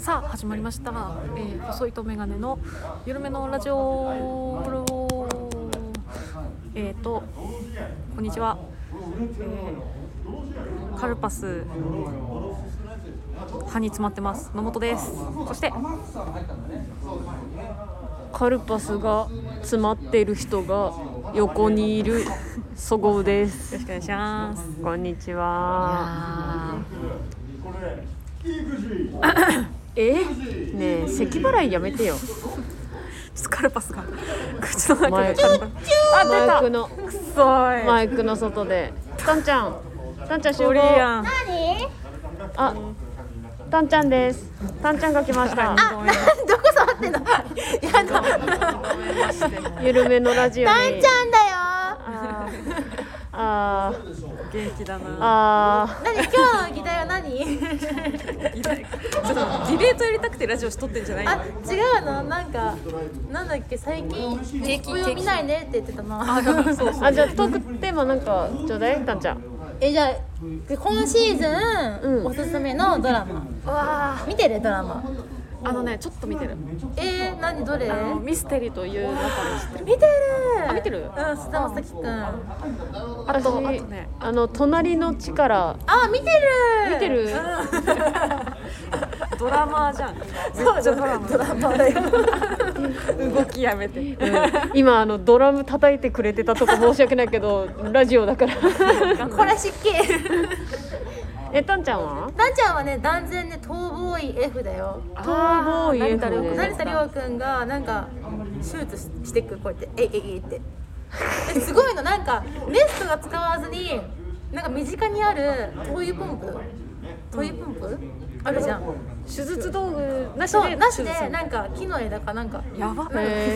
さあ始まりました、細いとメガネのゆるめのラジオ。こんにちは、カルパス歯に詰まってます野本です。そしてカルパスが詰まっている人が横にいるそごうです。 よろしくお願いします。 こんにちは。ねえ咳払いやめてよ。 カルパスが口の中でマイクのくそいマイクの外でタンちゃん集合。 何？ あ、タンちゃんです。タンちゃんが来ました。 どこ触ってんの？やだ。 ゆるめのラジオに。 タンちゃんだよ。 元気だな。 何今日の議題は何？ ちょっとディベートやりたくてラジオしとってんじゃないの？ 違うの？なんだっけ最近日記見ないねって言ってたな。 そうじゃあトークテーマなんかちょうだいタンちゃん。 じゃあ今シーズン、おすすめのドラマ。見てるドラマ。 ちょっと見てる。 何どれ？ ミステリという中で知ってる。 見てる。 見てる？ 菅田将暉くん。 あとね。 隣の力。 見てる。 ドラマーじゃん。 そうじゃドラマだよ。 動きやめて。 今ドラム叩いてくれてたとこ申し訳ないけどラジオだから。 これ湿気。 タンちゃんは？ タンちゃんはね断然ね逃亡医 F だよ。 逃亡医 F で成田凌くんがなんか手術してくこうやってってすごいの。なんかレストが使わずになんか身近にある灯油ポンプあるじゃん。 手術道具なしでそうなしでなんか木の枝かなんかやば。 そ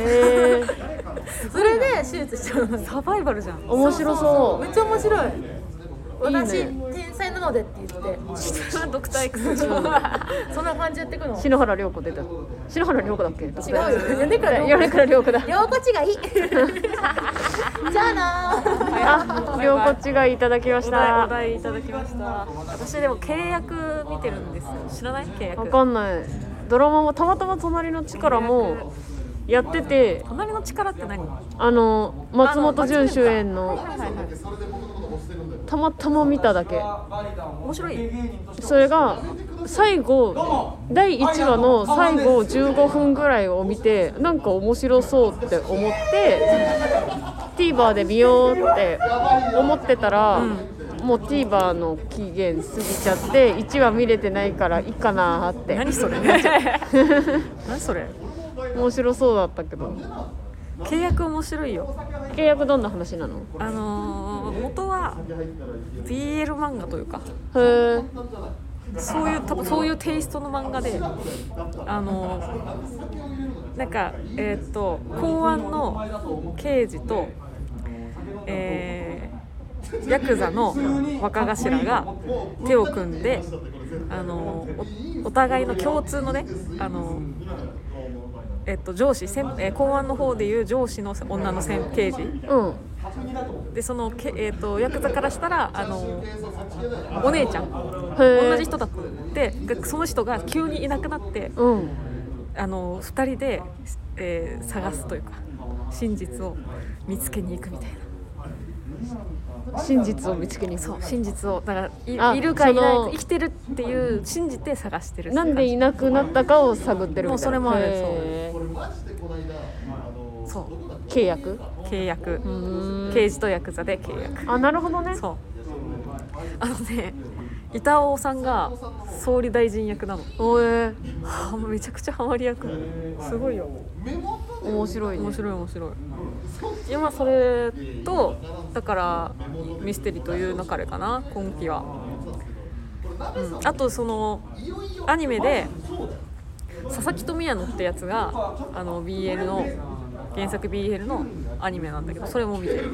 れで手術しちゃうの。 サバイバルじゃん。 面白そう。 めっちゃ面白い。私いいね天才なのでって言ってドクター X そんな感じやってくの。 篠原涼子出た。篠原涼子だっけ？違う違うよ。米倉涼子だ。 両子違い。じゃあな。 涼子違いいただきましおた。 題いただきました。私でも契約見てるんですよ。知らない？契約。 わかんない。ドラマもたまたま隣の力もやってて、 隣の力って何？ 松本潤主演のたまたま見ただけ。 面白い。 それが最後第1話の最後15分ぐらいを見てなんか面白そうって思ってTVer で見ようって思ってたら、もう TVer の期限過ぎちゃって1話見れてないからいいかなって。 何それ？何それ？ 面白そうだったけど。 契約面白いよ。 契約どんな話なの？ 元は BL 漫画というか、 へえ。 多分そういうテイストの漫画で、なんか公安の刑事と、ヤクザの若頭が手を組んで、お互いの共通のね、上司、公安の方でいう上司の女の刑事、でそのヤクザからしたらお姉ちゃん同じ人だってその人が急にいなくなって、2人で、探すというか真実を見つけに行くみたいな。 真実を見つけに行く。 そう真実をだからいるかいないか生きてるっていう信じて探してる。 なんでいなくなったかを探ってるみたいな。 もうそれもある。そう契約刑事とヤクザで契約。 なるほどね。 そう板尾さんが総理大臣役なの。めちゃくちゃハマり役。すごいよ。 面白いね。 面白い。今それとだからミステリというの彼かな今期は。あとそのアニメで佐々木富也ってやつがBL の原作 BL のアニメなんだけどそれも見てる。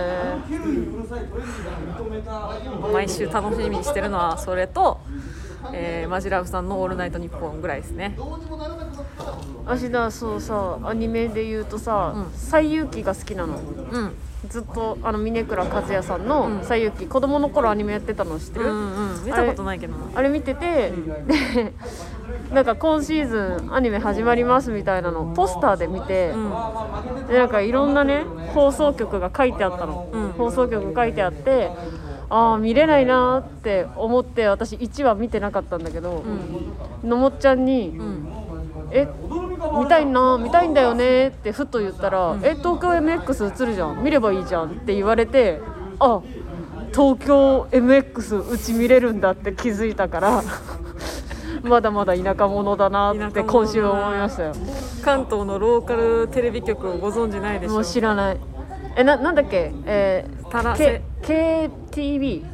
毎週楽しみにしてるのはそれと、マジラブさんのオールナイトニッポンぐらいですね。 芦田そうさアニメで言うとさ、西遊記が好きなの。ずっと峯倉和也さんの西遊記、子供の頃アニメやってたの知ってる？ 見たことないけどあれ見てて、でなんか今シーズンアニメ始まりますみたいなのポスターで見て、でなんかいろんなね放送局が書いてあったの、放送局書いてあって、ああ見れないなって思って私1話見てなかったんだけど、のもっちゃんに、見たいんだよねってふっと言ったら、東京 MX 映るじゃん、見ればいいじゃんって言われて、あ、東京 MX うち見れるんだって気づいたからまだまだ田舎者だなって今週思いましたよ。 関東のローカルテレビ局をご存知ないでしょ。 もう知らない。なんだっけ、KTV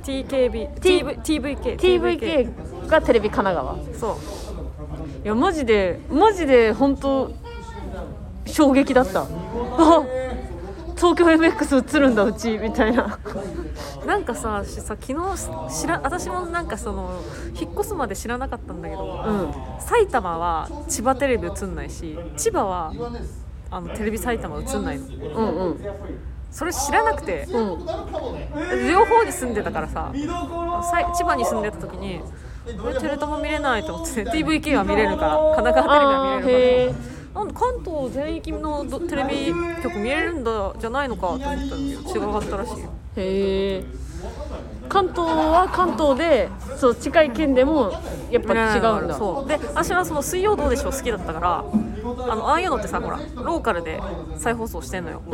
TVK がテレビ神奈川。 そういやマジで本当衝撃だった。あ、東京 MX 映るんだうちみたいななんかさ昨日私もなんかその引っ越すまで知らなかったんだけど、埼玉は千葉テレビ映んないし、千葉はテレビ埼玉映んないの。それ知らなくて、両方に住んでたからさ、千葉に住んでた時にテレ東も見れないと思ってTVK は見れるから、神奈川テレビは見れるから、なんで関東全域のテレビ局見れるんだじゃないのかと思ったんだけど違かったらしいよ。 へえ。関東は関東でそう近い県でもやっぱ違うんだ。 そうで、私はその水曜どうでしょう好きだったから、ああいうのってさ、ほらローカルで再放送してんのよ。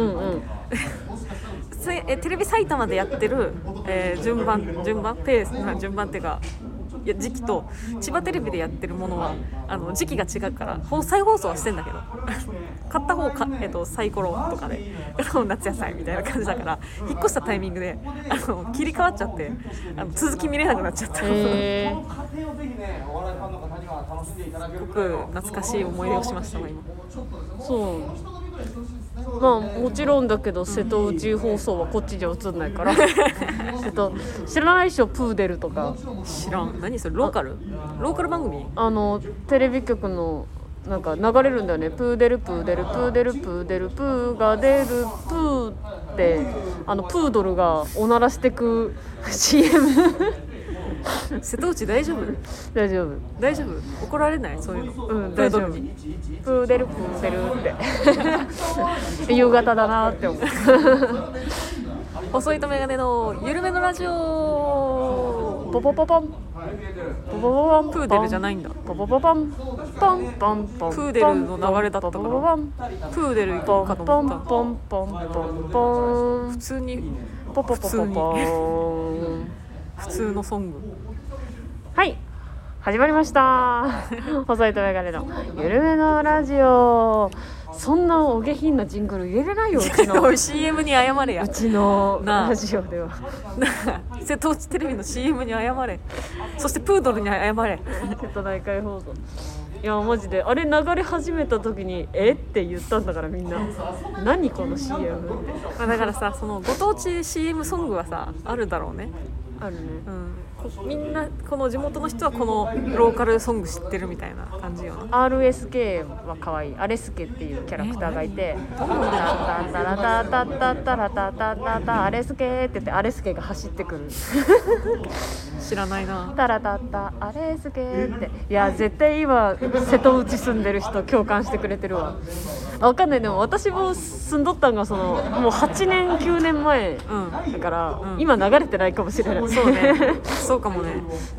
テレビ埼玉でやってる、順番ペース順番っていうか時期と千葉テレビでやってるものは時期が違うから再放送はしてんだけど買った方サイコロとかで夏野菜みたいな感じだから、引っ越したタイミングで切り替わっちゃって続き見れなくなっちゃった。すごく懐かしい思い出をしました今。 そうまあもちろんだけど瀬戸内放送はこっちじゃ映んないから知らないでしょ、プーデルとか。 知らん。何それ、ローカル番組？ テレビ局のなんか流れるんだよね。プーデルプーデルプーデルプーデルプーが出るプーってプードルがおならしてく CM 瀬戸内大丈夫？ 大丈夫？怒られない？そういうの。 大丈夫。プーデルって夕方だなって思う細いとメガネのゆるめのラジオ。 ポポポポンポポポポン。 プーデルじゃないんだ。 ポポポポンポンポンポン。 プーデルの流れだったからプーデル行こうかと思った。 ポンポンポンポンポン。 普通にポポポポポン。 普通のソング。 はい始まりました細いとメガネのゆるめのラジオ。そんなお下品なジングル入れれないよ、うちの CM に謝れや。 うちのラジオでは瀬戸内テレビの CM に謝れ。そしてプードルに謝れ。 瀬戸内海放送。いやマジであれ流れ始めた時にって言ったんだから、みんな何この CM ってだからさ、そのご当地 CM ソングはさあるだろうね。 あるね、 みんなこの地元の人はこのローカルソング知ってるみたいな感じよね。 RSK は可愛い。アレスケっていうキャラクターがいて、タタタラタタタタラタタタタアレスケって言ってアレスケが走ってくる知らないな。 タラタタアレスケって。いや絶対今瀬戸内住んでる人共感してくれてるわ。わかんない。でも私も住んどったんがもう8年9年前だから、今流れてないかもしれない。 そうねそうかもね。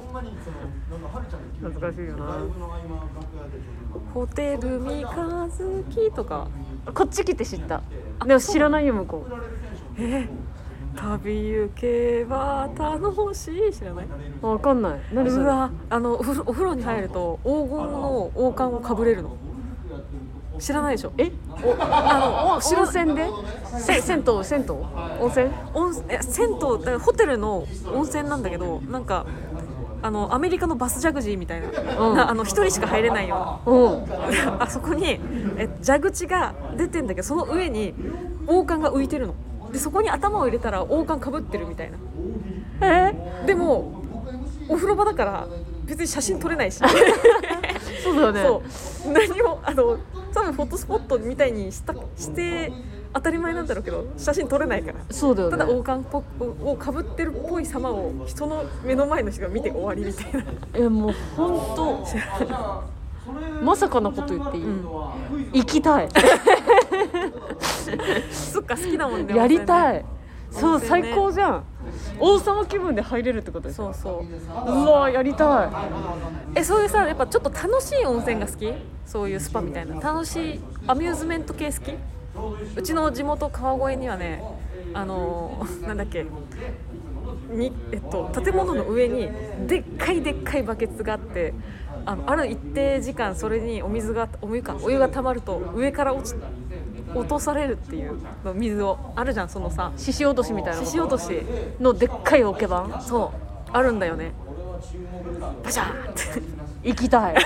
懐かしいよな。 ホテル三日月とかこっち来て知った。でも知らないよ向こう。 旅行けば楽しい。知らない？ わかんない。何それ？ うわ、お風呂に入ると黄金の王冠をかぶれるの。知らないでしょ？ 温泉で？銭湯？温泉？ 銭湯ってホテルの温泉なんだけど、なんかアメリカのバスジャグジーみたいな、一人しか入れないような、あそこに蛇口が出てんだけど、その上に王冠が浮いてるので、そこに頭を入れたら王冠かぶってるみたいな。でもお風呂場だから別に写真撮れないしそうだよね。 そう何も多分フォトスポットみたいにして当たり前なんだろうけど写真撮れないから。 そうだよね。 ただ王冠をかぶってるっぽい様を人の目の前の人が見て終わりみたいな。 もう本当まさかなこと言っていい、行きたいそっか好きだもんね。 やりたい、 ね、 そう、最高じゃん。王様気分で入れるってことです。 そうそう。 うわやりたい。そういうさ、やっぱちょっと楽しい温泉が好き？そういうスパみたいな楽しいアミューズメント系好き？うちの地元川越にはね、なんだっけに、建物の上にでっかいバケツがあって、ある一定時間それにお湯が溜まると上から落とされるっていうの水をあるじゃん。そのさ獅子落としみたいな獅子落としのでっかい桶番、 そうあるんだよね。バシャーって行きたい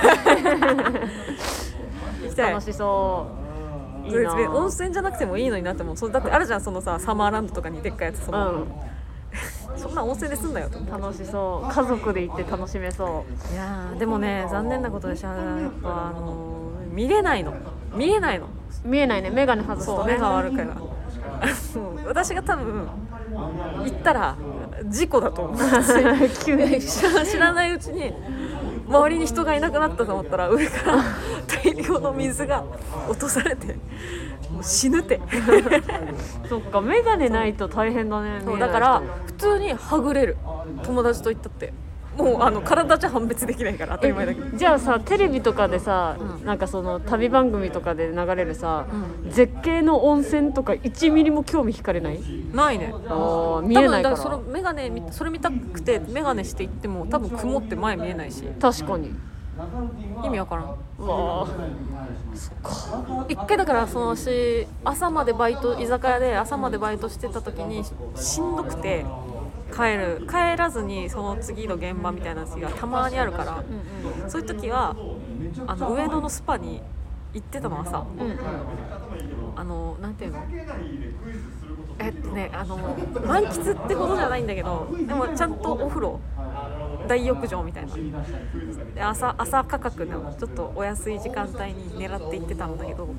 行きたい。 楽しそういいな。 温泉じゃなくてもいいのになって思う。それだってあるじゃん、そのさサマーランドとかにでっかいやつ、そんな温泉ですんだよと。 楽しそう、家族で行って楽しめそう。 いやでもね、残念なことでしょ、やっぱ見れないの見えないね、眼鏡外すとね。目が悪いから私が多分行ったら事故だと思う急に知らないうちに周りに人がいなくなったと思ったら上から大量の水が落とされてもう死ぬってそっか、眼鏡ないと大変だね。 そうだから普通にはぐれる、友達と行ったって。もう体じゃ判別できないから当たり前だけど。 じゃあさ、テレビとかでさ、なんかその旅番組とかで流れるさ、絶景の温泉とか1ミリも興味惹かれない？ ないね。 見えないから。 多分それ見たくて眼鏡して行っても多分曇って前見えないし。 確かに意味わからん。 わそっか。一回だから私居酒屋で朝までバイトしてた時にしんどくて帰らずにその次の現場みたいなやつがたまにあるから、そういう時は上野のスパに行ってたのはさ、なんていうの、満喫ってほどじゃないんだけど、でもちゃんとお風呂大浴場みたいなで朝価格のちょっとお安い時間帯に狙って行ってたんだけど、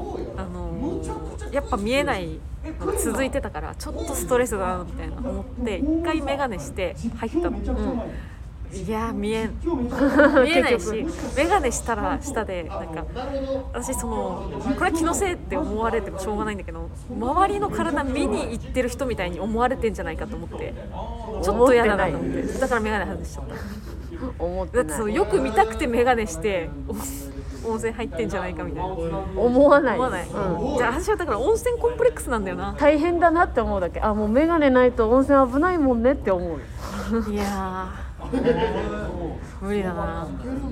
やっぱ見えないのが続いてたからちょっとストレスだなみたいな思って一回眼鏡して入ったの。いや見えないし、眼鏡したら下でなんか私これは気のせいって思われてもしょうがないんだけど、周りの体見に行ってる人みたいに思われてんじゃないかと思ってちょっと嫌だなと思って、だから眼鏡外しちゃった。 思ってない。 だってよく見たくて眼鏡して温泉入ってんじゃないかみたいな思わない、 じゃあ私はだから温泉コンプレックスなんだよな。 大変だなって思うだけ。もう眼鏡ないと温泉危ないもんねって思う。 いや無理だな。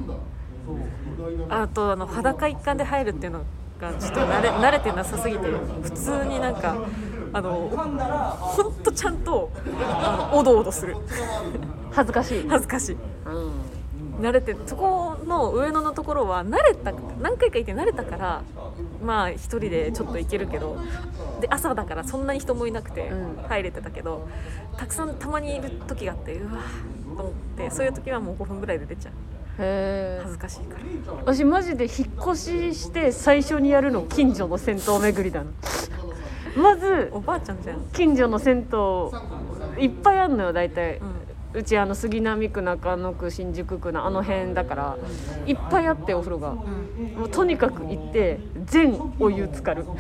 あと裸一貫で入るっていうのがちょっと慣れてなさすぎて、普通になんかほんとちゃんとおどおどする恥ずかしい、 慣れて、そこの上野のところは何回か行って慣れたからまあ一人でちょっと行けるけど、で朝だからそんなに人もいなくて入れてたけど、たくさんたまにいる時があって、うわと思って、そういう時はもう5分ぐらいで出ちゃう。恥ずかしいから。 私マジで引っ越しして最初にやるの近所の銭湯巡りだなまずおばあちゃんじゃん。 近所の銭湯いっぱいあるのよ大体、うち杉並区、中野区、新宿区の辺だからいっぱいあって、お風呂が、もうとにかく行って全お湯浸かる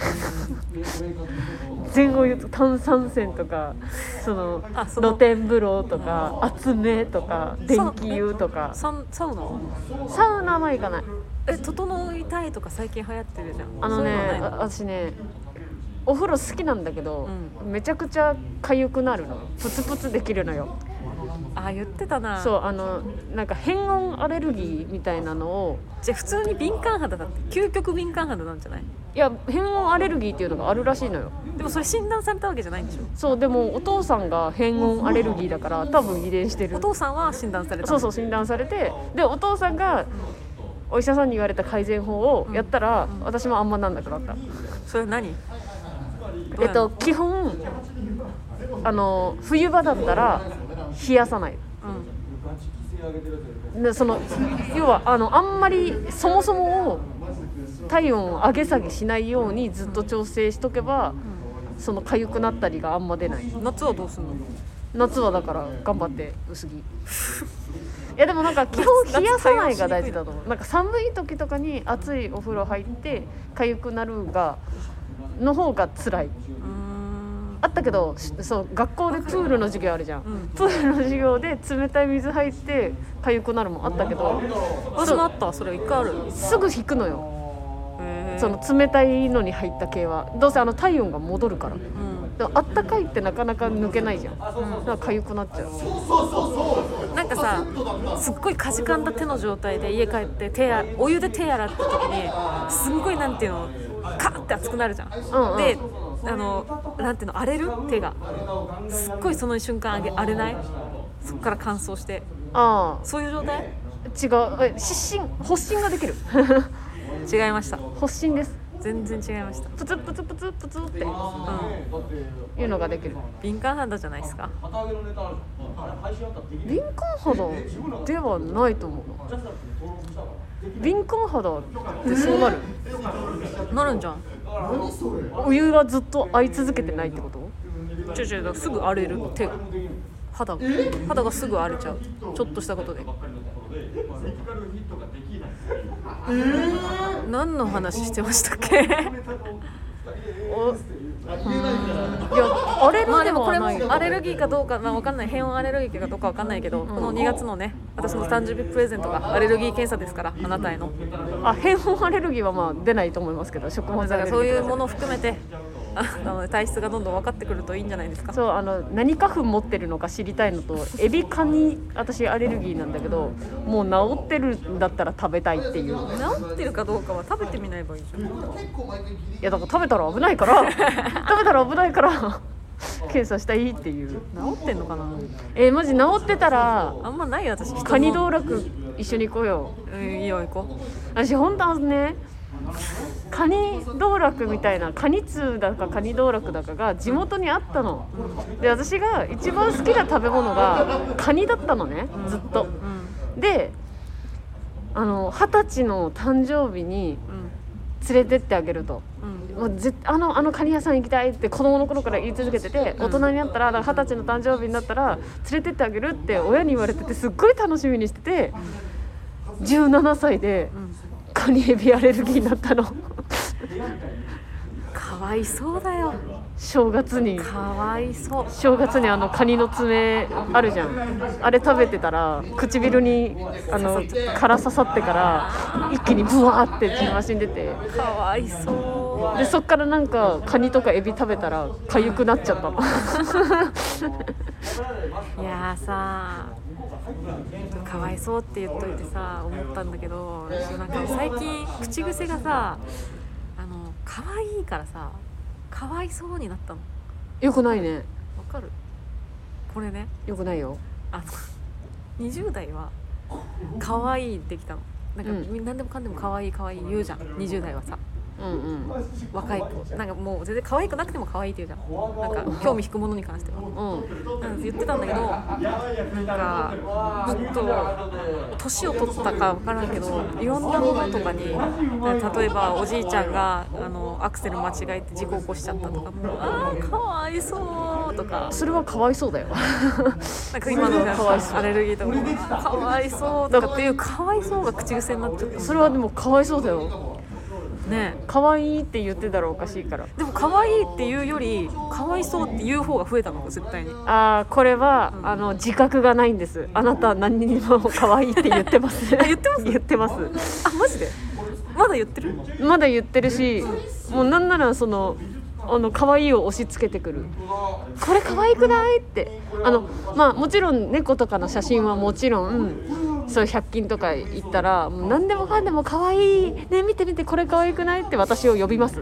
全お湯、炭酸泉とか露天風呂とか厚めとか電気湯とか。 サウナは行かない。 整いたいとか最近流行ってるじゃん。 私ねお風呂好きなんだけど、めちゃくちゃ痒くなるの、プツプツできるのよ。 言ってたな。 そうなんか変温アレルギーみたいなのを。 じゃあ普通に敏感肌だって、究極敏感肌なんじゃない？ いや変温アレルギーっていうのがあるらしいのよ。 でもそれ診断されたわけじゃないんでしょ？ そう、でもお父さんが変温アレルギーだから多分遺伝してる。 お父さんは診断された。 そう診断されて、でお父さんがお医者さんに言われた改善法をやったら、私もあんまなんなくなった。それ何？ 基本冬場だったら冷やさない、で要はあんまりそもそもを体温を上げ下げしないようにずっと調整しとけば、痒くなったりがあんま出ない。 夏はどうすんの？ 夏はだから頑張って薄着やでもなんか基本冷やさないが大事だと思う。なんか寒い時とかに熱いお風呂入って痒くなるの方が辛い。あったけど、そう学校でプールの授業あるじゃん、プールの授業で冷たい水入って痒くなるもんあったけど、 私もあった。それ一回ある。 すぐ引くのよ。その冷たいのに入った系はどうせ体温が戻るから、でもあったかいってなかなか抜けないじゃん、だから痒くなっちゃう。 なんかさ、すっごいかじかんだ手の状態で家帰ってお湯で手洗った時にすんごいなんていうのカーって熱くなるじゃん、でなんていうの荒れる手がすっごいその瞬間荒れない？そっから乾燥して、そういう状態？ 違う、発疹ができる違いました。 発疹です。 全然違いました。 プツプツプツプツって、いうのができる。 敏感肌じゃないですか。 敏感肌ではないと思う。敏感肌ってそうなる？ なるんじゃん。 お湯がずっと合い続けてないってこと？ すぐ荒れる手が。肌がすぐ荒れちゃう。ちょっとしたことで。何の話してましたっけ？いや、でもこれもアレルギーかどうかわかんない。変温アレルギーかどうかわかんないけど、この2月のね、私の誕生日プレゼントがアレルギー検査ですから、あなたへの。 変温アレルギーはまあ出ないと思いますけど、食物アレルギー。 そういうものを含めて。体質がどんどん分かってくるといいんじゃないですか。 そう何花粉持ってるのか知りたいのと、エビカニ私アレルギーなんだけど、もう治ってるんだったら食べたいっていう。 治ってるかどうかは食べてみないばいいじゃん。いやだから食べたら危ないから検査したいっていう。 治ってんのかな。 マジ治ってたらあんまない。私カニ道楽一緒に行こうよ。 いいよ、行こう。 私本当ね、カニ道楽みたいな、カニ通だかカニ道楽だかが地元にあったの、で私が一番好きな食べ物がカニだったのね、ずっと、で20歳の誕生日に連れてってあげると、もうあのカニ屋さん行きたいって子供の頃から言い続けてて、大人になったら20歳の誕生日になったら連れてってあげるって親に言われてて、すっごい楽しみにしてて、17歳でカニエビアレルギーになったのかわいそうだよ。 正月にカニの爪あるじゃん、あれ食べてたら唇に殻刺さってから一気にブワーって血が死んでて、 かわいそうで、そっからなんかカニとかエビ食べたら痒くなっちゃったのいやさ、かわいそうって言っといてさ思ったんだけど、なんか最近口癖がさ、かわいいからさかわいそうになったの。 よくないね。 わかる？これね、 よくないよ。 20代はかわいいってきたの。なんか、何でもかんでもかわいいかわいい言うじゃん、20代はさ。若い子なんかもう全然可愛くなくても可愛いって言うじゃん、なんか興味引くものに関しては、なんか言ってたんだけど、なんかずっと年を取ったか分からんけど、いろんなものとかに、例えばおじいちゃんがアクセル間違えて事故起こしちゃったとかも、かわいそうとか。 それはかわいそうだよなんか今のアレルギーとかかわいそうとかっていうかわいそうが口癖になっちゃった。 それはでもかわいそうだよね。 可愛いって言ってたらおかしいから。 でも可愛いっていうよりかわいそうっていう方が増えたの絶対に。 これは、自覚がないんです。あなた何にも可愛いって言ってます言ってます言ってます。 マジでまだ言ってる？ まだ言ってるし、もうなんなら可愛いを押し付けてくる。これ可愛くないってもちろん猫とかの写真はもちろんそう100均とか行ったらもう何でもかんでも可愛いね、見て見てこれ可愛くないって私を呼びます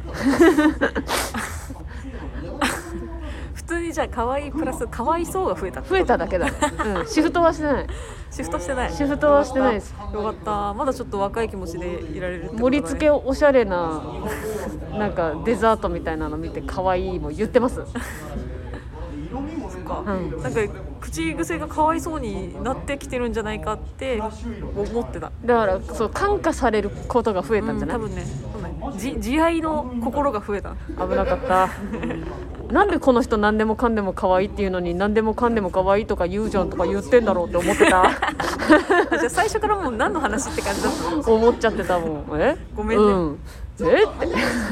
普通にじゃあ可愛いプラス可愛そうが増えただけだ、シフトはしてないシフトしてないです。 よかった。まだちょっと若い気持ちでいられるってことだね。 盛り付けおしゃれななんかデザートみたいなの見て可愛いも言ってますそっか、なんか口癖がかわいそうになってきてるんじゃないかって思ってた。 だからそう感化されることが増えたんじゃない？ 多分ね。 慈愛の心が増えた。 危なかったなんでこの人何でもかんでも可愛いっていうのに何でもかんでも可愛いとか言うじゃんとか言ってんだろうって思ってたじゃあ最初からもう何の話って感じだったの？ 思っちゃってたもん。 ごめんね、 って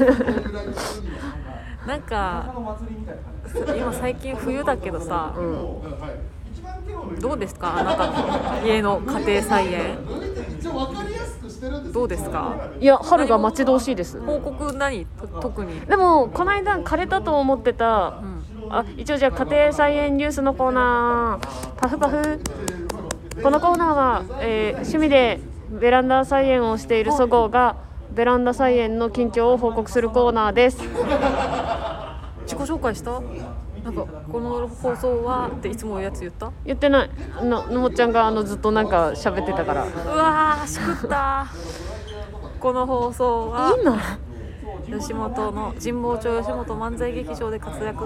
なんか今最近冬だけどさ、どうですかあなたの家の家庭菜園、どうですか？ いや春が待ち遠しいです。 報告何特に？ でもこの間枯れたと思ってた、一応じゃあ家庭菜園ニュースのコーナー、パフパフ。このコーナーは、趣味でベランダ菜園をしているそごうがベランダ菜園の近況を報告するコーナーです。 自己紹介した？なんかこの放送はっていつも言うやつ言ってない。のもっちゃんがずっとなんか喋ってたから。 うわーしくったこの放送は吉本の神保町吉本漫才劇場で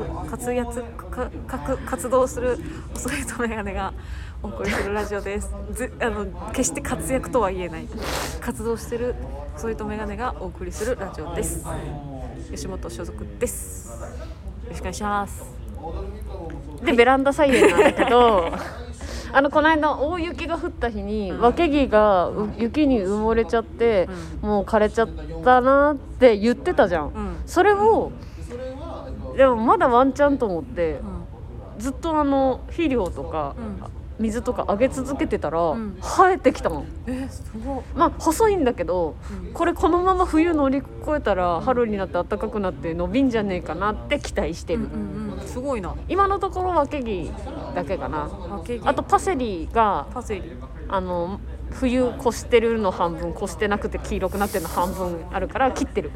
活動する細いとメガネがお送りするラジオです。決して活躍とは言えない活動してる細いとメガネがお送りするラジオです。吉本所属です。よろしくお願いします。 でベランダ菜園なんだけどこの間大雪が降った日にわけぎが雪に埋もれちゃって、もう枯れちゃったなって言ってたじゃん、それをでもまだワンチャンと思って、ずっと肥料とか、水とかあげ続けてたら、生えてきたの。 すごい。 まあ細いんだけど、これこのまま冬乗り越えたら春になって暖かくなって伸びんじゃねえかなって期待してる、 すごいな。 今のところわけぎだけかな。あとパセリが冬越してるの半分、越してなくて黄色くなってるの半分あるから切って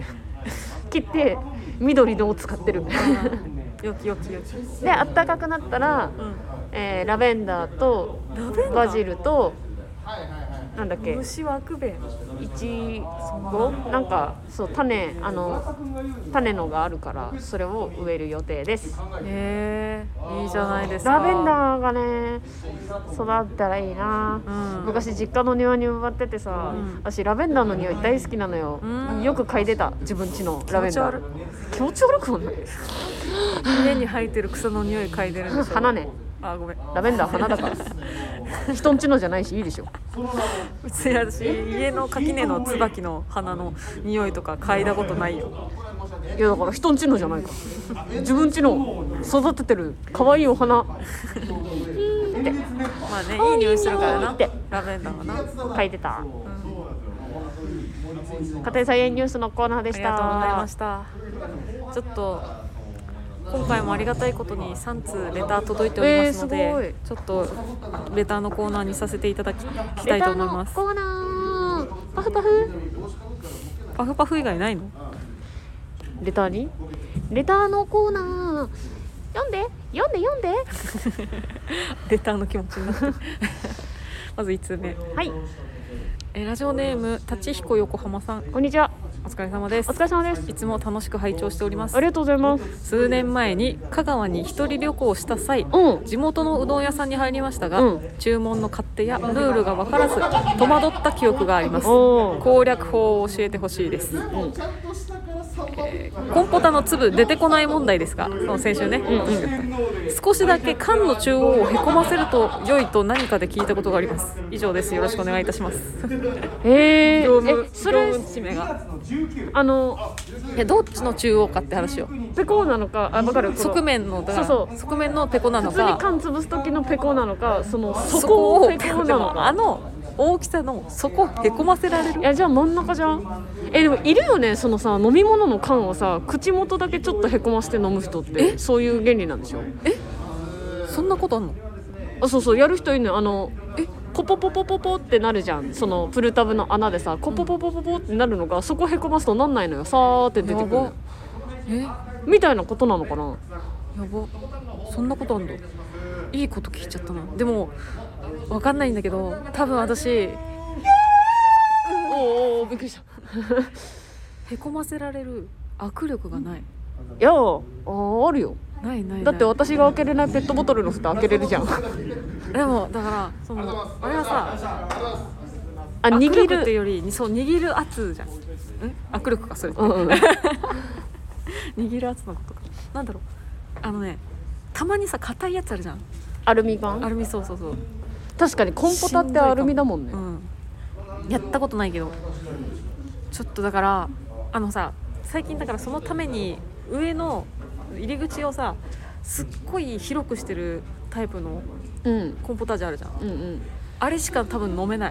緑のを使ってるよきで暖かくなったら、ラベンダーとバジルとなんだっけ、 虫はくべんいちごなんかそう種のがあるからそれを植える予定です。 いいじゃないですか。 ラベンダーがね育ったらいいな、昔実家の庭に植わっててさ、私ラベンダーの匂い大好きなのよ、よく嗅いでた自分家のラベンダー。気持ち悪くもない家に生えてる草の匂い嗅いでるんでしょ。 花ね。 ごめん、 ラベンダー花だから人んちのじゃないしいいでしょ。 別に私家の垣根の椿の花の匂いとか嗅いだことないよ。 いやだから人んちのじゃないか自分ちの育ててる可愛いお花まあね、いい匂いするからなラベンダーはな。 嗅いでた、家庭菜園ニュースのコーナーでした。 ありがとうございました。ちょっと今回もありがたいことに3通レター届いておりますので、ちょっとレターのコーナーにさせていただきたいと思います。 レターのコーナーパフパフパフパフ以外ないの？ レターのコーナー読んでレターの気持ちになってまず1通目、 はい、 ラジオネーム立彦横浜さん、 こんにちは。 お疲れ様です。 お疲れ様です。 いつも楽しく拝聴しております。 ありがとうございます。 数年前に香川に一人旅行した際、地元のうどん屋さんに入りましたが、注文の勝手やルールが分からず戸惑った記憶があります。攻略法を教えてほしいです。コンポタの粒出てこない問題ですが、先週ね、少しだけ缶の中央をへこませると良いと何かで聞いたことがあります。以上です。よろしくお願いいたします。業務締めがどっちの中央かって話よ。 ペコなのか、分かる。 側面の側面のペコなのか、 普通に缶潰す時のペコなのか、そこをペコなのか。 大きさの底へこませられる。 いやじゃあ真ん中じゃん。でもいるよね、そのさ飲み物の缶をさ口元だけちょっとへこませて飲む人って。そういう原理なんでしょ。 そんなことあんの？ そうやる人いるのよ。ポポポポポポってなるじゃん。そのプルタブの穴でさコポポポポポってなるのが、そこへこますとなんないのよ。さーって出てくるのよ。みたいなことなのかな。 やば、そんなことあんの？いいこと聞いちゃったな。でも分かんないんだけど、多分私びっくりしたへこませられる握力がない。 いやあるよ。 ない。 だって私が開けれないペットボトルの蓋開けれるじゃんでもだからあれはさ、 握握る力っていうよりそう握る圧じゃん。握力かそれって、握る圧のことか。なんだろう、たまにさ硬いやつあるじゃん。 アルミ板。 アルミ、そう確かにコンポタってアルミだもんね。 やったことないけどちょっとだからさ最近だからそのために上の入り口をさすっごい広くしてるタイプのコンポタージュあるじゃん、あれしか多分飲めない。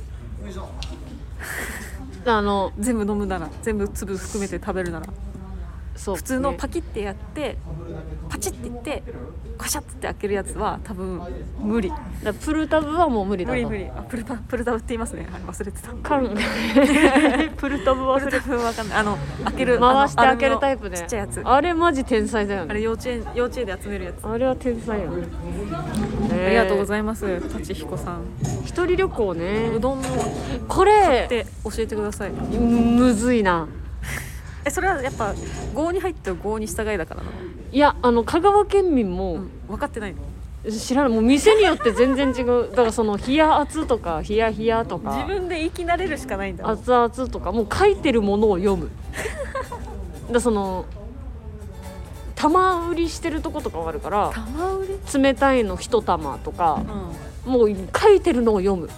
全部飲むなら、全部粒含めて食べるならそう、普通のパキッてやってパチッていってカシャッて開けるやつは多分無理。 だプルタブはもう無理だな。 無理。プルタブって言いますね。忘れてた。 プルタブ忘れてた。 わかんない。開ける回して開けるタイプね。 ちっちゃいやつ。 あれマジ天才だよね。 あれ幼稚園で集めるやつ。 あれは天才よね。 ありがとうございます。立彦さん。 一人旅行ね。 うどんのこれって教えてください。 むずいな。 それはやっぱ郷に入って郷に従いだからなの。 いや香川県民も、 分かってないの。 知らない。もう店によって全然違う。だからその冷や熱とか冷や冷やとか自分で言い慣れるしかないんだ。 熱々とかもう書いてるものを読む。だその玉売りしてるとことかがあるから、 玉売り冷たいの一玉とか、もう書いてるのを読む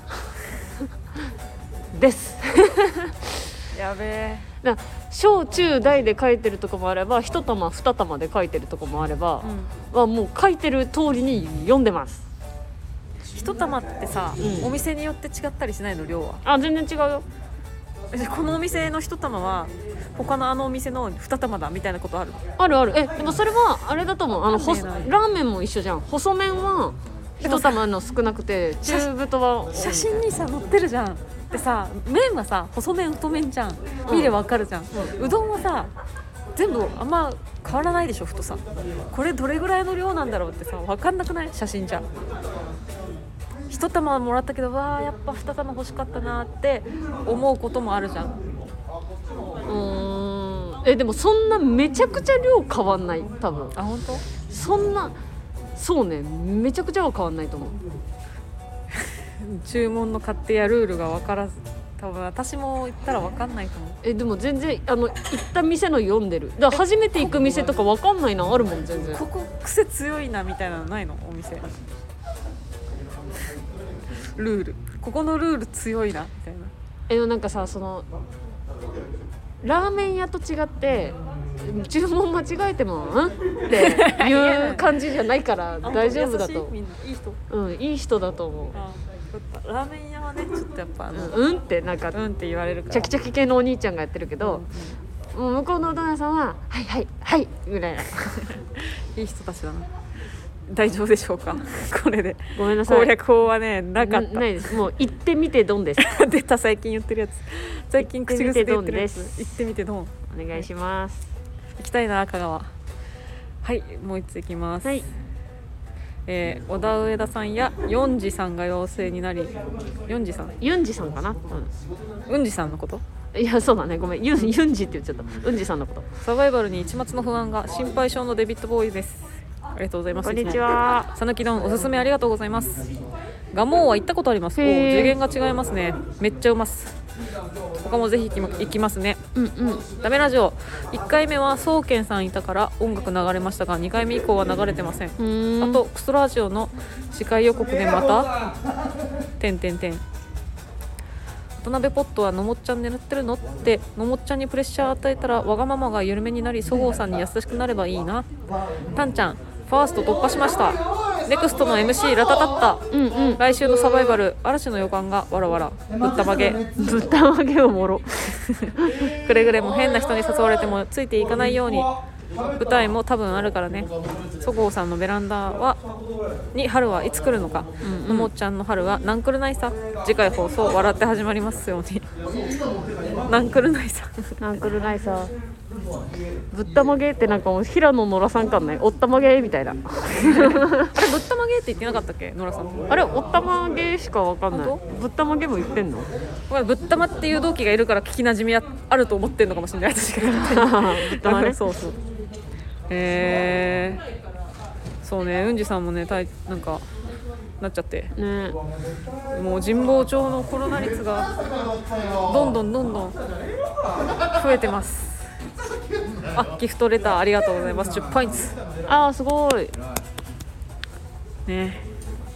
ですやべえ。 だ小中大で書いてるとこもあれば一玉二玉で書いてるとこもあれば、はもう書いてる通りに読んでます。 一玉ってさ、お店によって違ったりしないの、量は。 全然違うよ。 このお店の一玉は他のお店の二玉だみたいなことある？ ある。でもそれはあれだと思う。ラーメンも一緒じゃん。細麺は一玉の少なくて中太は写真にさ載ってるじゃん。でさ、麺はさ細麺太麺じゃん。見ればわかるじゃん。うどんはさ全部あんま変わらないでしょ、太さ。これどれぐらいの量なんだろうってさ分かんなくない？写真じゃん。一玉もらったけどやっぱ二玉欲しかったなって思うこともあるじゃん。 でもそんなめちゃくちゃ量変わんない多分。 本当？ そんなそうね、めちゃくちゃは変わんないと思う。 注文の勝手やルールが分からず、多分私も行ったら分かんないと思う。 でも全然行った店の読んでる。だから初めて行く店とか分かんないな、あるもん全然。 ここ癖強いなみたいなのないの？お店ルール、ここのルール強いなみたいな。 でもなんかさ、そのラーメン屋と違って注文間違えてもっていう感じじゃないから大丈夫だと。 みんないい人？ いい人だと思う。 ラーメン屋はねちょっとやっぱってなんかって言われるからチャキチャキ系のお兄ちゃんがやってるけど、もう向こうのうどん屋さんははいはいはいぐらいないい人たちだな。大丈夫でしょうかこれで。 ごめんなさい、 攻略法はねなかった。 ないです。もう行ってみてドンです出た、最近言ってるやつ。最近口癖で言ってるやつ。行ってみてドン。 お願いします。 行きたいな香川。はい、もう一つ行きます。はい。小田上田さんやヨンジさんが陽性になり、ヨンジさんかな、うんじさんのこと？ いやそうだね、ごめん、ユンジって言っちゃった。うんじさんのこと。 サバイバルに一抹の不安が心配性のデビッドボーイです。ありがとうございます。 こんにちは。 さぬき丼おすすめありがとうございます。ガモーは行ったことあります。次元が違いますね。めっちゃうます。他もぜひ行きますね。ダメラジオ1回目は宗健さんいたから音楽流れましたが、2回目以降は流れてません。あとクソラジオの次回予告でまた渡辺ポットはのもっちゃん狙ってるのってのもっちゃんにプレッシャー与えたらわがままが緩めになり、そごうさんに優しくなればいいな。たんちゃんファースト突破しました。ネクストの MC ラタタッタ、来週のサバイバル嵐の予感がわらわらぶったまげおもろくれぐれも変な人に誘われてもついていかないように。舞台も多分あるからね。そごうさんのベランダに春はいつ来るのか。のもっちゃんの春はなんくるないさ。次回放送笑って始まりますようになんくるないさぶったまげってなんかもう平野ノラさん感ない。おったまげみたいなあれぶったまげって言ってなかったっけ、ノラさん。 あれおったまげしかわかんない。ぶったまげも言ってんの？ ぶったまっていう同期がいるから聞きなじみあると思ってんのかもしれない。私がぶったまねそうそうね、うんじさんもねなんかなっちゃってね。 もう神保町のコロナ率がどんどん増えてます。あ、ギフトレターありがとうございます。10ポイントあーすごいね。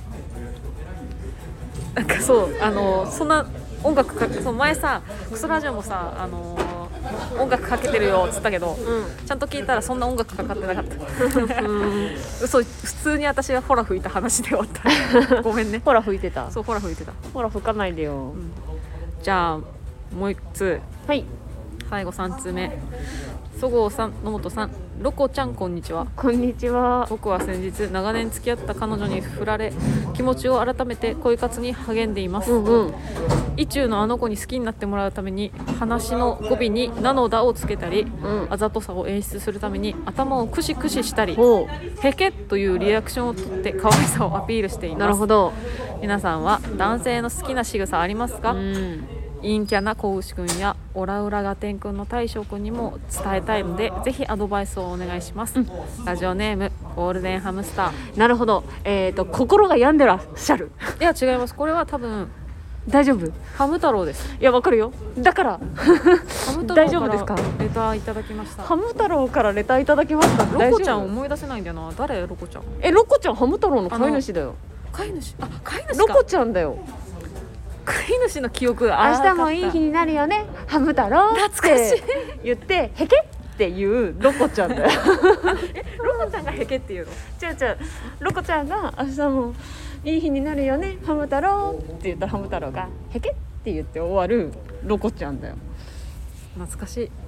なんかそうそんな音楽かそう前さクソラジオもさ音楽かけてるよっつったけど、ちゃんと聞いたらそんな音楽かかってなかった嘘、普通に私はホラ吹いた話で終わったごめんね。 ほら吹いてた。 そうホラ吹いてた。 ほら吹かないでよ、 じゃあもう一通、 はい、 最後3通目。そごうさん、野本さん、ロコちゃんこんにちは。 こんにちは。 僕は先日長年付き合った彼女に振られ気持ちを改めて恋活に励んでいます。意中のあの子に好きになってもらうために話の語尾になのだをつけたり、あざとさを演出するために頭をクシクシしたりへけというリアクションをとって可愛さをアピールしています。 なるほど。 皆さんは男性の好きな仕草ありますか？陰キャな子牛くんやオラウラガテンくんの大将くんにも伝えたいのでぜひアドバイスをお願いします。ラジオネームゴールデンハムスター。 なるほど。心が病んでらっしゃる。 いや違います。これは多分大丈夫。 ハム太郎です。 いやわかるよ。だからハム太郎大丈夫ですか？ レターいただきました。 ハム太郎からレターいただきました。 ロコちゃん思い出せないんだよな。誰ロコちゃん？ ロコちゃんハム太郎の飼い主だよ。 飼い主？あ、飼い主か。 ロコちゃんだよ。 飼い主の記憶。 明日もいい日になるよねハム太郎って言ってへけっていうロコちゃんだよロコちゃんがへけっていうの？ 違うロコちゃんが明日もいい日になるよねハム太郎って言ったらハム太郎がへけって言って終わるロコちゃんだよ。 懐かしい。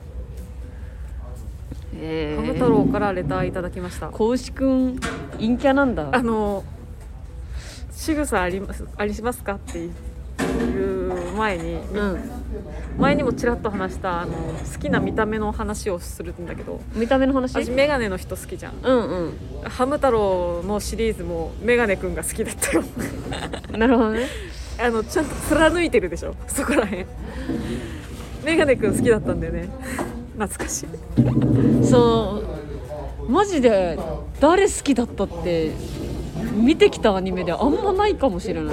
ハム太郎からレターいただきました。 子牛くん陰キャなんだ。 仕草ありますかっていう前に、前にもちらっと話した好きな見た目の話をするんだけど。 見た目の話？ 私メガネの人好きじゃん。ハム太郎のシリーズもメガネくんが好きだったよなるほどね。 ちゃんと貫いてるでしょそこらへん。メガネくん好きだったんだよね。懐かしい。 そうマジで誰好きだったって見てきたアニメであんまないかもしれない。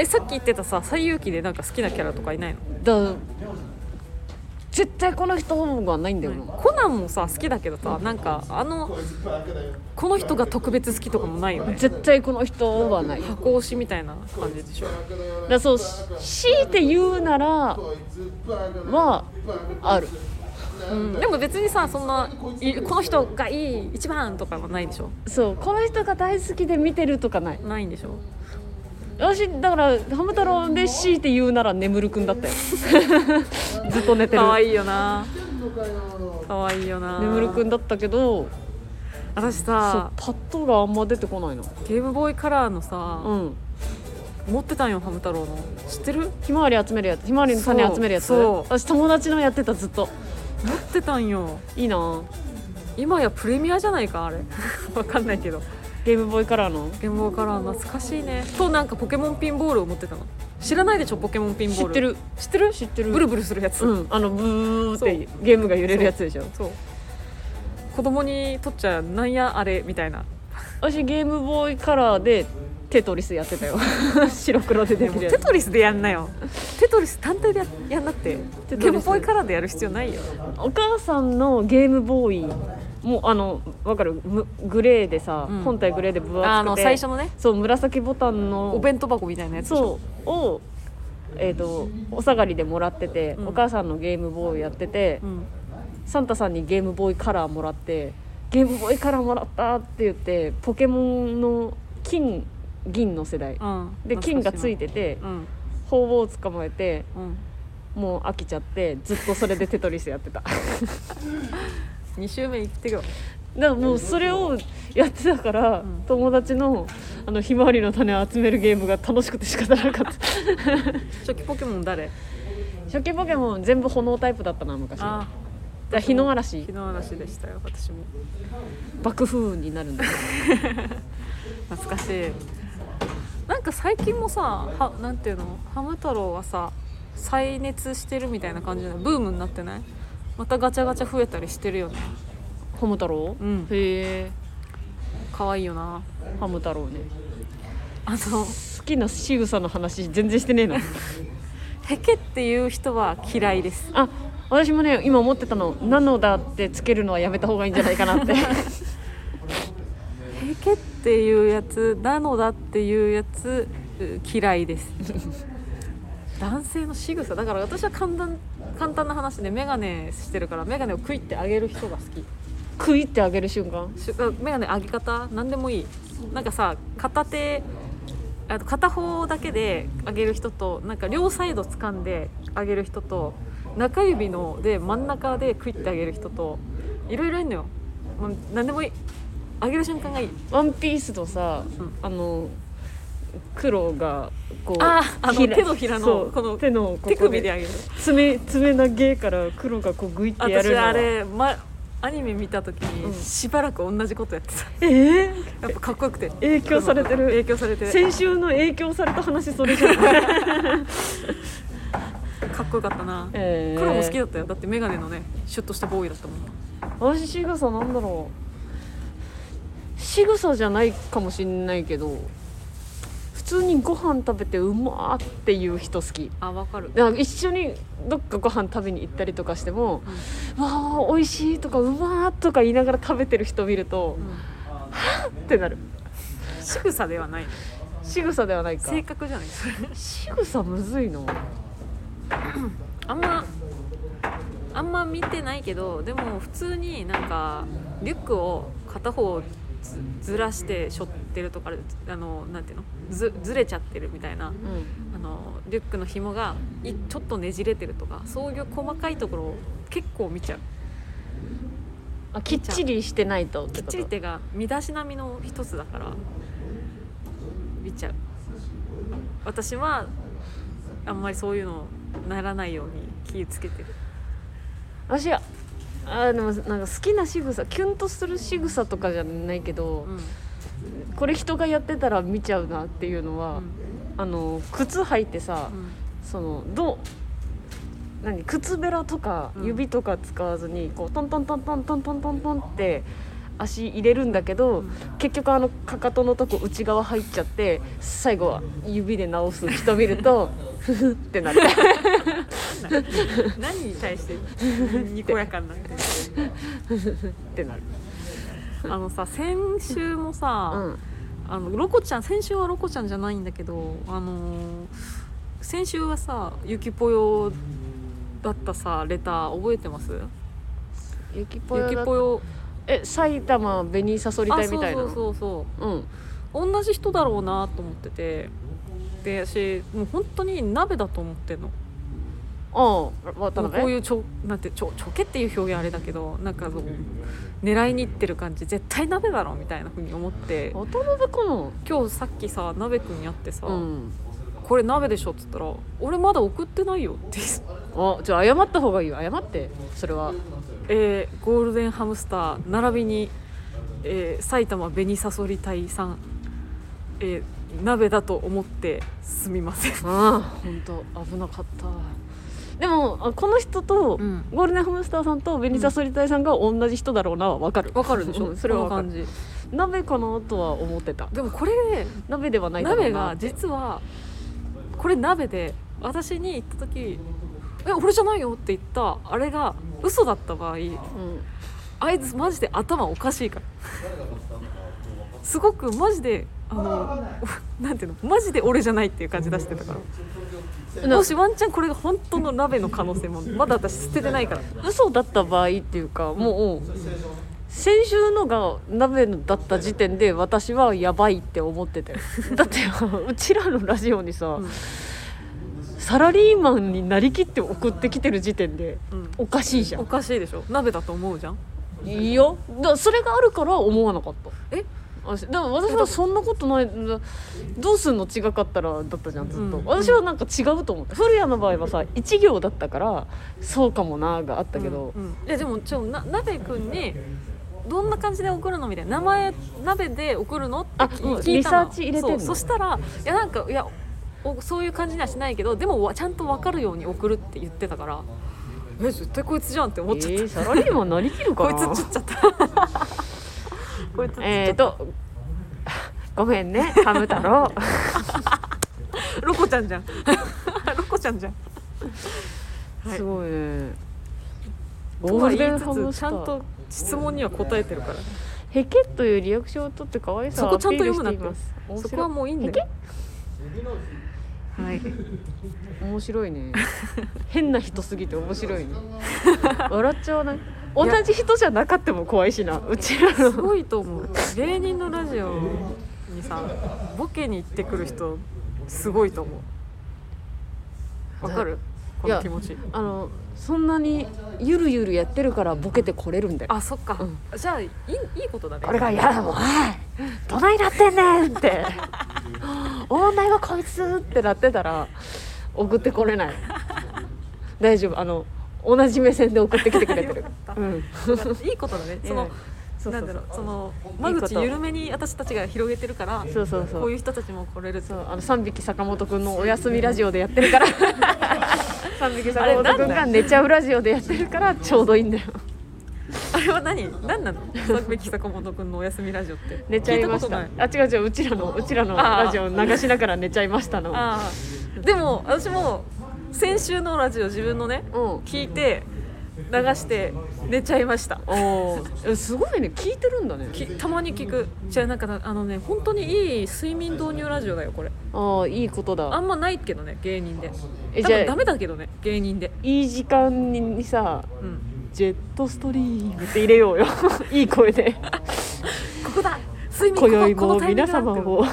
さっき言ってたさ西遊記でなんか好きなキャラとかいないの？ 絶対この人がないんだよな。 コナンもさ好きだけどさなんかこの人が特別好きとかもないよね。 絶対この人はない。 箱推しみたいな感じでしょ。 そう強いて言うならはある。 でも別にさそんなこの人がいい一番とかはないでしょ。 そうこの人が大好きで見てるとかないんでしょ。 私だからハム太郎で強いて言うなら眠るくんだったよずっと寝てる。 可愛いよな。可愛いよな。 眠るくんだったけど私さパッとがあんま出てこないの。 ゲームボーイカラーのさ、持ってたんよハム太郎の。知ってる？ ひまわり集めるやつ。ひまわりの種集めるやつ。私友達のやってたずっと。 持ってたんよ。 いいな。 今やプレミアじゃないかあれわかんないけど。 ゲームボーイカラーのゲームボーイカラー懐かしいね。となんかポケモンピンボールを持ってたの。知らないでしょポケモンピンボール。知ってるブルブルするやつ。 ブーってゲームが揺れるやつでしょ。 そう子供にとっちゃなんやあれみたいな。 私ゲームボーイカラーでテトリスやってたよ白黒でできるやつ。 テトリスでやんなよ。テトリス単体でやんなって。ゲームボーイカラーでやる必要ないよ。 お母さんのゲームボーイもう分かるグレーでさ、本体グレーで分厚くて最初のねそう紫ボタンのお弁当箱みたいなやつそうをお下がりでもらってて、お母さんのゲームボーイやってて、サンタさんにゲームボーイカラーもらってゲームボーイカラーもらったって言ってポケモンの金銀の世代、で金がついてて、鳳凰を捕まえて、もう飽きちゃってずっとそれでテトリスやってた 2周目行ってよ。 だからもうそれをやってたから、友達のひまわりの種を集めるゲームが楽しくて仕方なかった初期ポケモン誰？ 初期ポケモン全部炎タイプだったな昔。日の嵐でしたよ私も。 爆風になるんだ懐かしい。なんか最近もさなんていうのハム太郎がさ再熱してるみたいな感じでブームになってない？またガチャガチャ増えたりしてるよね。 ハム太郎？へえ可愛いよなハム太郎ね。 好きな仕草の話全然してねえの。 へけっていう人は嫌いです。 あ、私もね今思ってたの、なのだってつけるのはやめた方がいいんじゃないかなってへけっていうやつ、なのだっていうやつ嫌いです男性の仕草だから、私は簡単な話でメガネしてるから、メガネをクイって上げる人が好き。 クイって上げる瞬間、 メガネ上げ方何でもいい。なんかさ、片方だけで上げる人と、なんか両サイド掴んで上げる人と、中指ので真ん中でクイって上げる人と、いろいろいるのよ。もう何でもいい、上げる瞬間がいい。 ワンピースのさ、黒がこう手のひらのこの手の手首で上げる爪投げから黒がこうグイってやるのは、 私あれ、アニメ見た時にしばらく同じことやってた、 やっぱかっこよくて影響されてる。先週の影響された話それじゃないかっこよかったな、黒も好きだったよ。だってメガネのねシュッとしたボーイだったもん。 私仕草なんだろう、仕草じゃないかもしんないけど、普通にご飯食べてうまーっていう人好き。 わかる。 だから一緒にどっかご飯食べに行ったりとかしても、わー美味しいとかうまーとか言いながら食べてる人見ると、はぁってなる。 仕草ではない。 仕草ではないか。 性格じゃない。 仕草むずいのあんま見てないけど、でも普通になんかリュックを片方ずらして背負ってるとか、なんていうの、ずれちゃってるみたいな、リュックの紐がちょっとねじれてるとか、そういう細かいところを結構見ちゃう。 きっちりしてないとってこと。 きっちりってが身だしなみの一つだから見ちゃう。私はあんまりそういうのならないように気をつけてる。 私はでもなんか好きな仕草、キュンとする仕草とかじゃないけど、これ人がやってたら見ちゃうなっていうのは、靴履いてさ、靴べらとか指とか使わずにこうトントントントントントントントンって足入れるんだけど、結局かかとのとこ内側入っちゃって、最後は指で直す人見るとフフってなる何に対してにこやかになってってなる。 さ、先週もさ、ロコちゃん、先週はロコちゃんじゃないんだけど、先週はさゆきぽよだったさ、レター覚えてます？ ゆきぽよ埼玉紅さそり隊みたいな。 そう、同じ人だろうなと思ってて、で私もう本当に鍋だと思ってんの。こういうちょけっていう表現あれだけど、なんか狙いにいってる感じ、絶対鍋だろみたいな風に思って、 渡辺かな。 今日さっきさ鍋くんに会ってさ、これ鍋でしょっつったら、俺まだ送ってないよってじゃあ謝った方がいいよ。謝って。それはゴールデンハムスター並びに、埼玉紅さそり隊さん、鍋だと思ってすみません。 本当危なかった。でもこの人と、ゴールデンハムスターさんと紅さそり隊さんが同じ人だろうなは分かる。 分かるでしょ、 それは分かる。 この感じ鍋かなとは思ってた。 でもこれ鍋ではないだろうな。 鍋が実はこれ鍋で、私に言った時俺じゃないよって言ったあれが嘘だった場合、あいつマジで頭おかしいからすごくマジでなんていうの、マジで俺じゃないっていう感じ出してたから、もしワンチャンこれが本当の鍋の可能性もまだ私捨ててないから。 嘘だった場合っていうか、もう先週のが鍋だった時点で私はやばいって思ってたよだってうちらのラジオにさ、サラリーマンになりきって送ってきてる時点で、おかしいじゃん。 おかしいでしょ、鍋だと思うじゃん。 いいよ、それがあるから思わなかった。でも私はそんなことない。どうすんの違かったらだったじゃんずっと、私はなんか違うと思った。古谷の場合はさ1行だったからそうかもながあったけど、 いやでも鍋くんにどんな感じで送るのみたいな、名前鍋で送るのって聞いたの。 リサーチ入れてんの。 そしたらそういう感じにはしないけど、でもちゃんと分かるように送るって言ってたから、絶対こいつじゃんって思っちゃった。 サラリーマンなりきるかなこいつちっちゃったこいつちっちゃった。 ごめんねハム太郎ロコちゃんじゃんロコちゃんじゃん、はい、 すごいね。 とは言いつつちゃんと質問には答えてるから、 ヘケというリアクションを取って可愛さをアピールしています。 そこはもういいんだよ。はい、 面白いね変な人すぎて面白いね笑っちゃわない。同じ人じゃなかったも怖いしな、うちらの。 すごいと思う。芸人のラジオにさボケに行ってくる人すごいと思う。わかるこの気持ち。 そんなにゆるゆるやってるからボケてこれるんだよ。 あ、そっか、うん、じゃあいいことだね。 これが嫌だもん、どないなってんねんって問題はこいつってなってたら送ってこれない大丈夫、同じ目線で送ってきてくれてるうん、 いいことだね。なんだろう、その間口緩めに私たちが広げてるから、そうこういう人たちも来れる。そう、 3匹坂本くんのお休みラジオでやってるから3匹坂本くんが寝ちゃうラジオでやってるからちょうどいいんだよ。 あれは何なの3匹坂本くんのお休みラジオって。 寝ちゃいました。あ、違ううちらのラジオ流しながら寝ちゃいましたの。 でも私も先週のラジオ自分のね、聞いて流して寝ちゃいました。 すごいね、聞いてるんだね。 たまに聞く。じゃあなんか本当にいい睡眠導入ラジオだよこれ。 いいことだ。 あんまないけどね芸人で。多分ダメだけどね芸人で。 いい時間にさ、ジェットストリームって入れようよいい声でここだ睡眠今宵も皆様を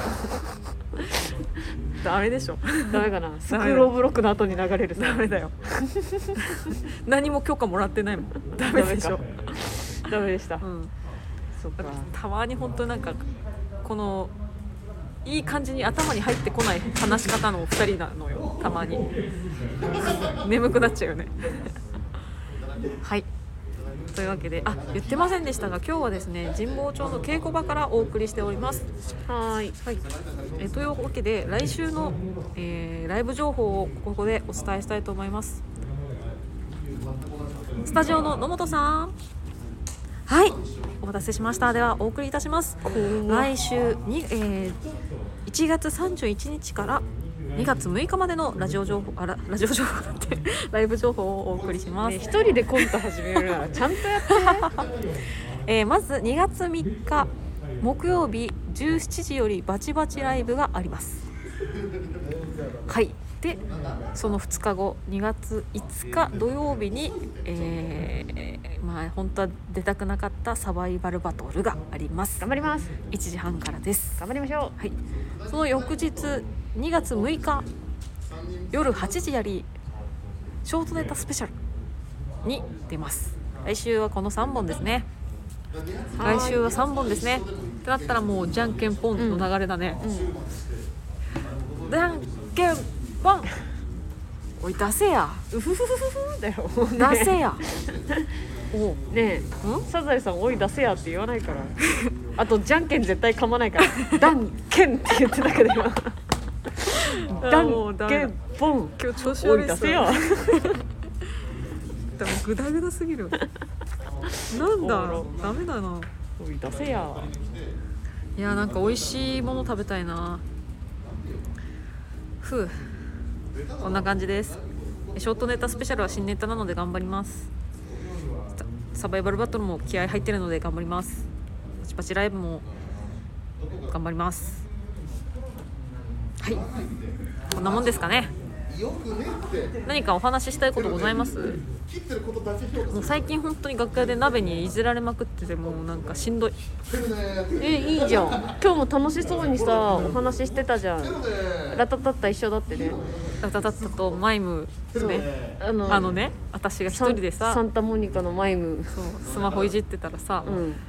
ダメでしょ。 ダメかな。スクローブロックの後に流れるさ。 ダメだよ何も許可もらってないもん。ダメでしょ。 ダメでした、 そうか。たまに本当なんかこのいい感じに頭に入ってこない話し方の2人なのよ。たまに眠くなっちゃうよねはい、というわけで言ってませんでしたが今日はですね神保町の稽古場からお送りしております。はい、というわけで来週の、ライブ情報をここでお伝えしたいと思います。スタジオの野本さん、はい、お待たせしました。ではお送りいたします。来週に、1月31日から2月6日までのラジオ情報だってライブ情報をお送りします。 一人でコント始めるならちゃんとやってねまず2月3日木曜日17時よりバチバチライブがあります。はい。でその2日後2月5日土曜日に、本当は出たくなかったサバイバルバトルがあります。 頑張ります。 1時半からです。 頑張りましょう。 はい。その翌日2月6日夜8時やりショートネタスペシャルに出ます。来週はこの3本ですね。来週は3本ですね。ってなったらもうじゃんけんポンの流れだね。じゃんけんポン。おい出せや。 うふふふふだよ。 出せや。 おねえ、サザエさんおい出せやって言わないから。あとじゃんけん絶対噛まないから。ダンケンって言ってたけど今。ダンケンポン。 今日調子悪いっす。 おい出せや。 でもグダグダすぎる。なんだろう。ダメだな。 おい出せや。 いやなんか美味しいもの食べたいな。こんな感じです。ショートネタスペシャルは新ネタなので頑張ります。サバイバルバトルも気合入ってるので頑張ります。パチパチライブも頑張ります。はい、こんなもんですかね。何かお話ししたいことございます？もう最近本当に楽屋で鍋にいじられまくっててもうなんかしんどい。 いいじゃん。今日も楽しそうにさお話ししてたじゃん。ラタタッタ一緒だってね。 ラタタッタとマイムですね。ね私が一人でさサンタモニカのマイムそうスマホいじってたらさ、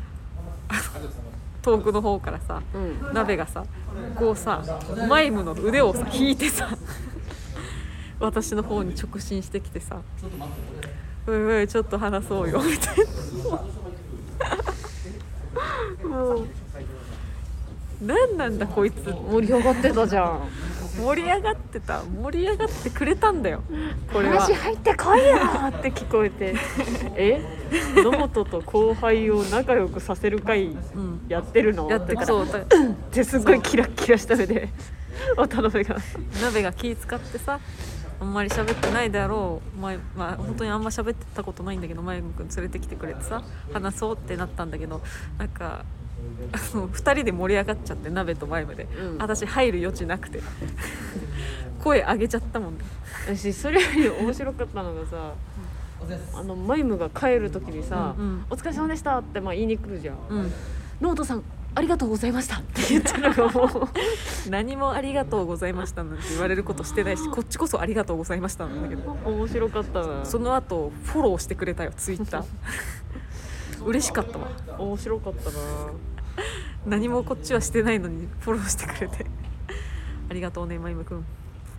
遠くの方からさ、鍋がさこうさマイムの腕をさ引いてさ私の方に直進してきてさおいちょっと話そうよみたいなもう何なんだこいつ。 盛り上がってたじゃん。 盛り上がってくれたんだよ。これは話入ってこいよって聞こえて野本と後輩を仲良くさせる会やってるの、 やってだそうからってすごいキラッキラした目で渡辺が鍋が気使ってさ、あんまり喋ってないだろう前、まあ本当にあんま喋ってたことないんだけど、前くん連れてきてくれてさ話そうってなったんだけど、なんか2人で盛り上がっちゃって、鍋と前まで、私入る余地なくて声上げちゃったもんね。 私それより面白かったのがさ、マイムが帰る時にさ、お疲れ様でしたってまあ言いに来るじゃん、野本さんありがとうございましたって言ったのがもう何もありがとうございましたなんて言われることしてないし、こっちこそありがとうございましたなんだけど、 面白かったな。 その後フォローしてくれたよ、ツイッター嬉しかったわ。 面白かったな。 何もこっちはしてないのにフォローしてくれてありがとうねマイムくん。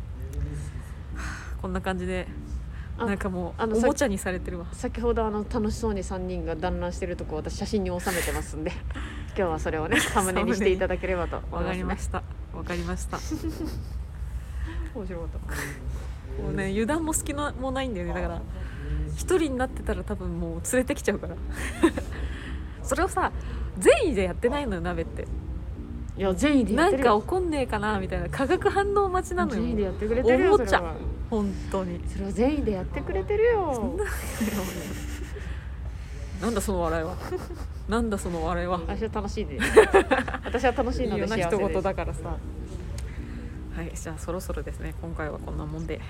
こんな感じでなんかもうおもちゃにされてるわ。 先ほど楽しそうに3人が団らんしてるとこ私写真に収めてますんで今日はそれをねサムネにしていただければと思います、ね、 わかりましたわかりました面白かった。 もうね油断も隙もないんだよね。だから一人になってたら多分もう連れてきちゃうからそれをさ善意でやってないのよ鍋って。 いや善意でやってるよ。 なんか怒んねえかなみたいな化学反応待ちなのよ。 善意でやってくれてるよ。 おもちゃ本当にそれは善意でやってくれてるよ。 なんだその笑いはなんだその笑いは。 私は楽しいで私は楽しいので幸せです。 いいよな一言だからさ。はい、じゃあそろそろですね、今回はこんなもんで、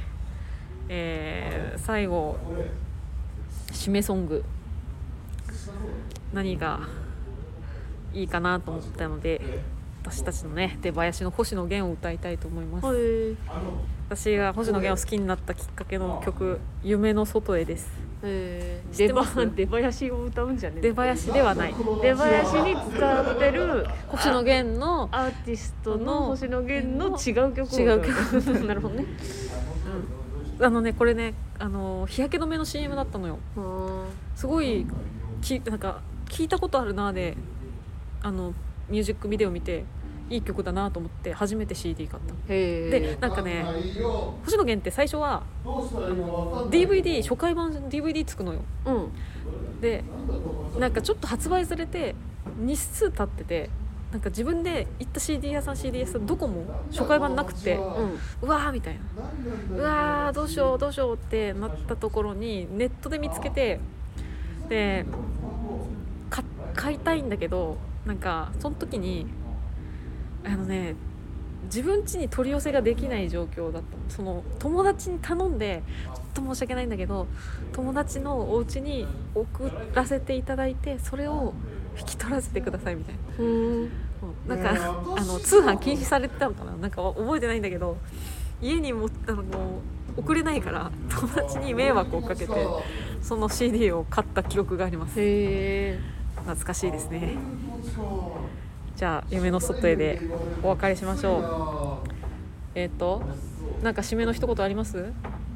最後締めソング何がいいかなと思ったので、私たちのね出囃子の星野源を歌いたいと思います。私が星野源を好きになったきっかけの曲「夢の外へ」です。知ってます？ 出囃子を歌うんじゃねえ。 出囃子ではない。 出囃子に使ってる星野源のアーティストの星野源の違う曲を違う曲なるほどね、 これね日焼け止めの CM だったのよ。すごいなんか聞いたことあるなでミュージックビデオ見ていい曲だなと思って初めて CD 買った。でなんかね星野源って最初はDVD 初回版 DVD つくのよ、でなんかちょっと発売されて日数経ってて、なんか自分で行った CD 屋さんどこも初回版なくて、うわーみたいな、うわーどうしようってなったところにネットで見つけて、で買いたいんだけど、なんかその時に自分家に取り寄せができない状況だった。その友達に頼んで、ちょっと申し訳ないんだけど友達のお家に送らせていただいて、それを引き取らせてくださいみたいな。なんか通販禁止されてたのかな、なんか覚えてないんだけど、家にもう送れないから友達に迷惑をかけてその CD を買った記憶があります。懐かしいですね。じゃあ夢の外へでお別れしましょう。なんか締めの一言あります？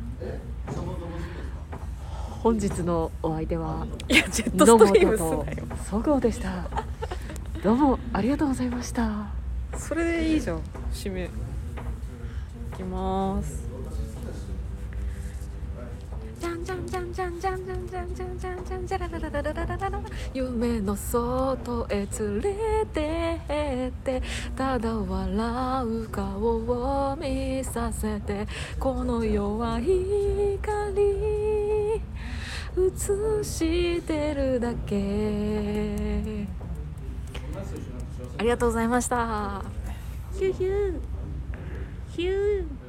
本日のお相手はジェットストリームスだよ。 そごうでした。どうもありがとうございました。 それでいいじゃん。締めいきます。じゃんじゃんじゃんじゃんじゃんじゃんじゃんじゃんじゃんじゃんじゃらららららららら、夢の外へ連れてってただ笑う顔を見させて、この弱い光映してるだけ。ありがとうございました。 ヒューヒューヒュー。